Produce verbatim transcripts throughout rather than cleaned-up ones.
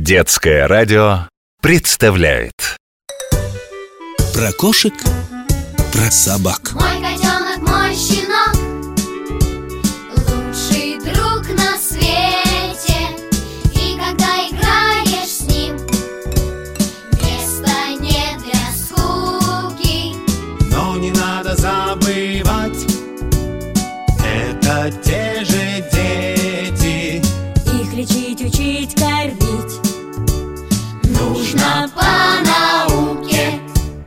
Детское радио представляет про кошек, про собак. Мой котенок, мой щенок, лучший друг на свете. И когда играешь с ним, места нет для скуки. Но не надо забывать, это те же дети. Их лечить, учить, кормить нужно по науке.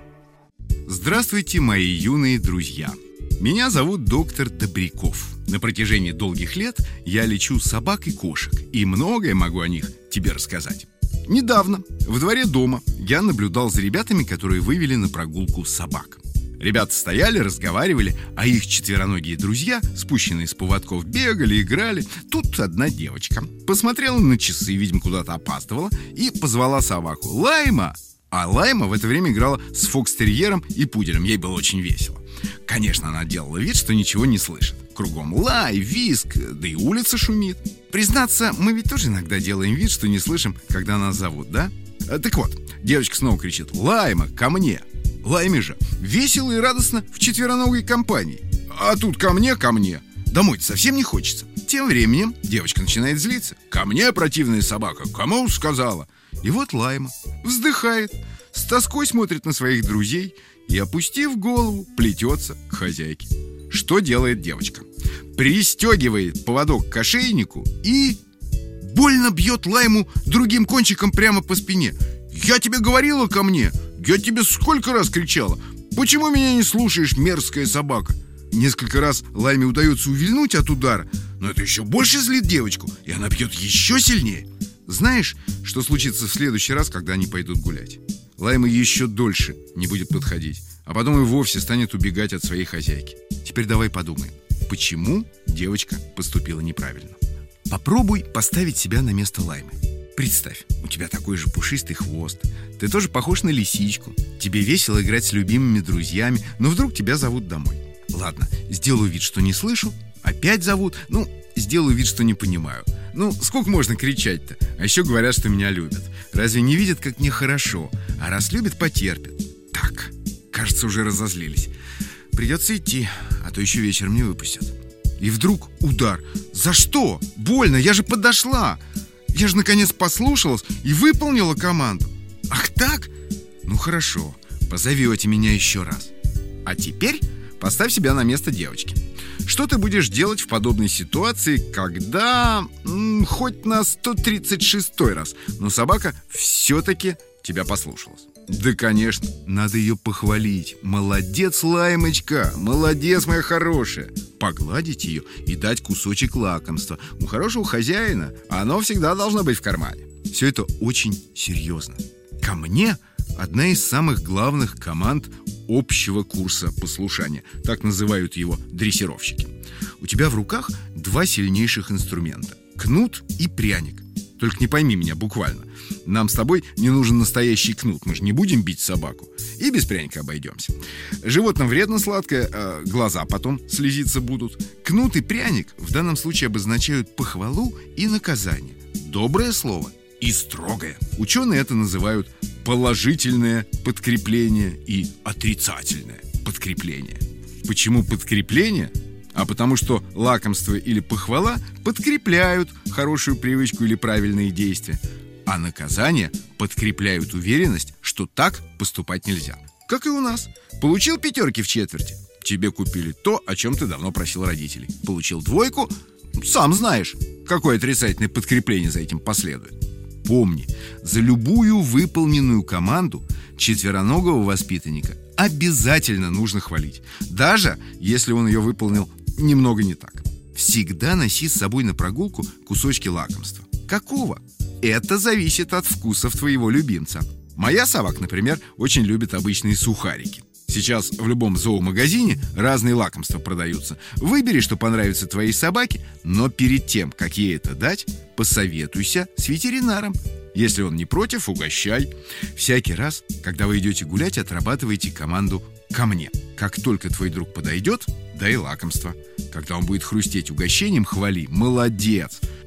Здравствуйте, мои юные друзья! Меня зовут доктор Добряков. На протяжении долгих лет я лечу собак и кошек, и многое могу о них тебе рассказать. Недавно во дворе дома я наблюдал за ребятами, которые вывели на прогулку собак. Ребята стояли, разговаривали, а их четвероногие друзья, спущенные с поводков, бегали, играли. Тут одна девочка посмотрела на часы, видимо, куда-то опаздывала, и позвала собаку: «Лайма!» А Лайма в это время играла с фокстерьером и пуделем. Ей было очень весело. Конечно, она делала вид, что ничего не слышит. Кругом лай, визг, да и улица шумит. Признаться, мы ведь тоже иногда делаем вид, что не слышим, когда нас зовут, да? Так вот, девочка снова кричит: «Лайма, ко мне!» Лайме же весело и радостно в четвероногой компании. А тут ко мне, ко мне. Домой-то совсем не хочется. Тем временем девочка начинает злиться. «Ко мне, противная собака, кому сказала?» И вот Лайма вздыхает, с тоской смотрит на своих друзей и, опустив голову, плетется к хозяйке. Что делает девочка? Пристегивает поводок к ошейнику и больно бьет Лайму другим кончиком прямо по спине. «Я тебе говорила, ко мне! Я тебе сколько раз кричала! Почему меня не слушаешь, мерзкая собака?» Несколько раз Лайме удается увильнуть от удара, но это еще больше злит девочку, и она бьет еще сильнее. Знаешь, что случится в следующий раз, когда они пойдут гулять? Лайма еще дольше не будет подходить, а потом и вовсе станет убегать от своей хозяйки. Теперь давай подумаем, почему девочка поступила неправильно. Попробуй поставить себя на место Лаймы. Представь, у тебя такой же пушистый хвост, ты тоже похож на лисичку, тебе весело играть с любимыми друзьями, но вдруг тебя зовут домой. Ладно, сделаю вид, что не слышу, опять зовут, ну, сделаю вид, что не понимаю. Ну, сколько можно кричать-то? А еще говорят, что меня любят. Разве не видят, как мне хорошо? А раз любят, потерпят. Так, кажется, уже разозлились. Придется идти, а то еще вечером не выпустят. И вдруг удар. За что? Больно, я же подошла. Я же наконец послушалась и выполнила команду. Ах так? Ну хорошо, позовете меня еще раз. А теперь поставь себя на место девочки. Что ты будешь делать в подобной ситуации, когда м, хоть на сто тридцать шестой раз, но собака все-таки тебя послушалась? Да, конечно, надо ее похвалить. Молодец, Лаймочка, молодец, моя хорошая. Погладить ее и дать кусочек лакомства. У хорошего хозяина оно всегда должно быть в кармане. Все это очень серьезно. Ко мне одна из самых главных команд общего курса послушания. Так называют его дрессировщики. У тебя в руках два сильнейших инструмента: кнут и пряник. Только не пойми меня буквально. Нам с тобой не нужен настоящий кнут. Мы же не будем бить собаку. И без пряника обойдемся. Животным вредно сладкое, а глаза потом слезиться будут. Кнут и пряник в данном случае обозначают похвалу и наказание. Доброе слово и строгое. Ученые это называют положительное подкрепление и отрицательное подкрепление. Почему подкрепление? А потому что лакомство или похвала подкрепляют хорошую привычку или правильные действия, а наказания подкрепляют уверенность, что так поступать нельзя. Как и у нас. Получил пятерки в четверти, тебе купили то, о чем ты давно просил родителей. Получил двойку, сам знаешь, какое отрицательное подкрепление за этим последует. Помни, за любую выполненную команду четвероногого воспитанника обязательно нужно хвалить, даже если он ее выполнил немного не так. Всегда носи с собой на прогулку кусочки лакомства. Какого? Это зависит от вкусов твоего любимца. Моя собака, например, очень любит обычные сухарики. Сейчас в любом зоомагазине разные лакомства продаются. Выбери, что понравится твоей собаке, но перед тем, как ей это дать, посоветуйся с ветеринаром. Если он не против, угощай. Всякий раз, когда вы идете гулять, отрабатывайте команду «ко мне». Как только твой друг подойдет, дай лакомство. Когда он будет хрустеть угощением, хвали: молодец.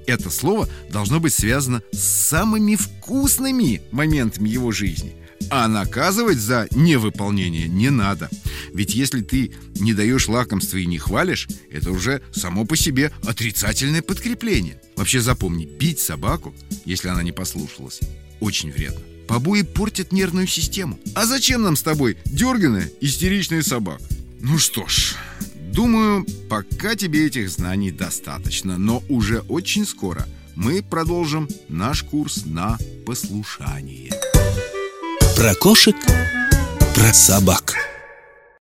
Это слово должно быть связано с самыми вкусными моментами его жизни. А наказывать за невыполнение не надо. Ведь если ты не даешь лакомства и не хвалишь, это уже само по себе отрицательное подкрепление. Вообще запомни, бить собаку, если она не послушалась, очень вредно. Побои портят нервную систему. А зачем нам с тобой дерганая, истеричная собака? Ну что ж, думаю, пока тебе этих знаний достаточно. Но уже очень скоро мы продолжим наш курс на послушание. Про кошек, про собак.